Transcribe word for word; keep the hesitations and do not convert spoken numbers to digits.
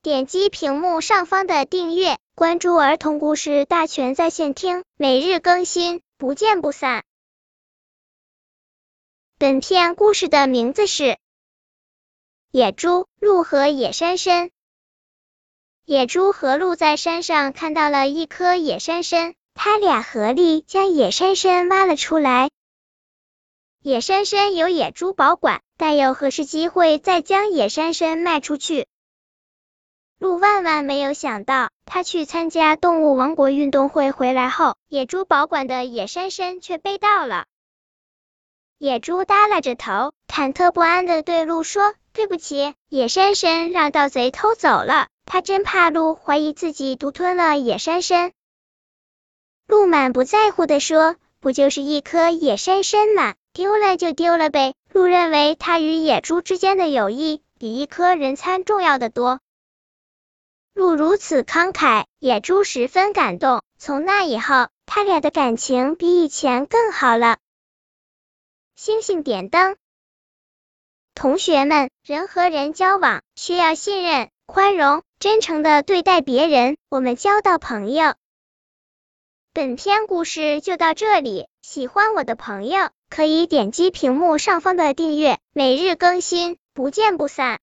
点击屏幕上方的订阅，关注儿童故事大全在线听，每日更新，不见不散。本片故事的名字是野猪、鹿和野山参。野猪和鹿在山上看到了一颗野山参，他俩合力将野山参挖了出来。野山参由野猪保管，待有合适机会再将野山参卖出去。鹿万万没有想到，他去参加动物王国运动会回来后，野猪保管的野山参却被盗了。野猪耷拉着头，忐忑不安地对鹿说：“对不起，野山参让盗贼偷走了。”他真怕鹿怀疑自己独吞了野山参。鹿满不在乎地说：“不就是一颗野山参吗？丢了就丢了呗。”鹿认为他与野猪之间的友谊比一颗人参重要得多。鹿如此慷慨，野猪十分感动，从那以后，他俩的感情比以前更好了。星星点灯。同学们，人和人交往需要信任、宽容、真诚地对待别人，我们交到朋友。本篇故事就到这里，喜欢我的朋友可以点击屏幕上方的订阅，每日更新，不见不散。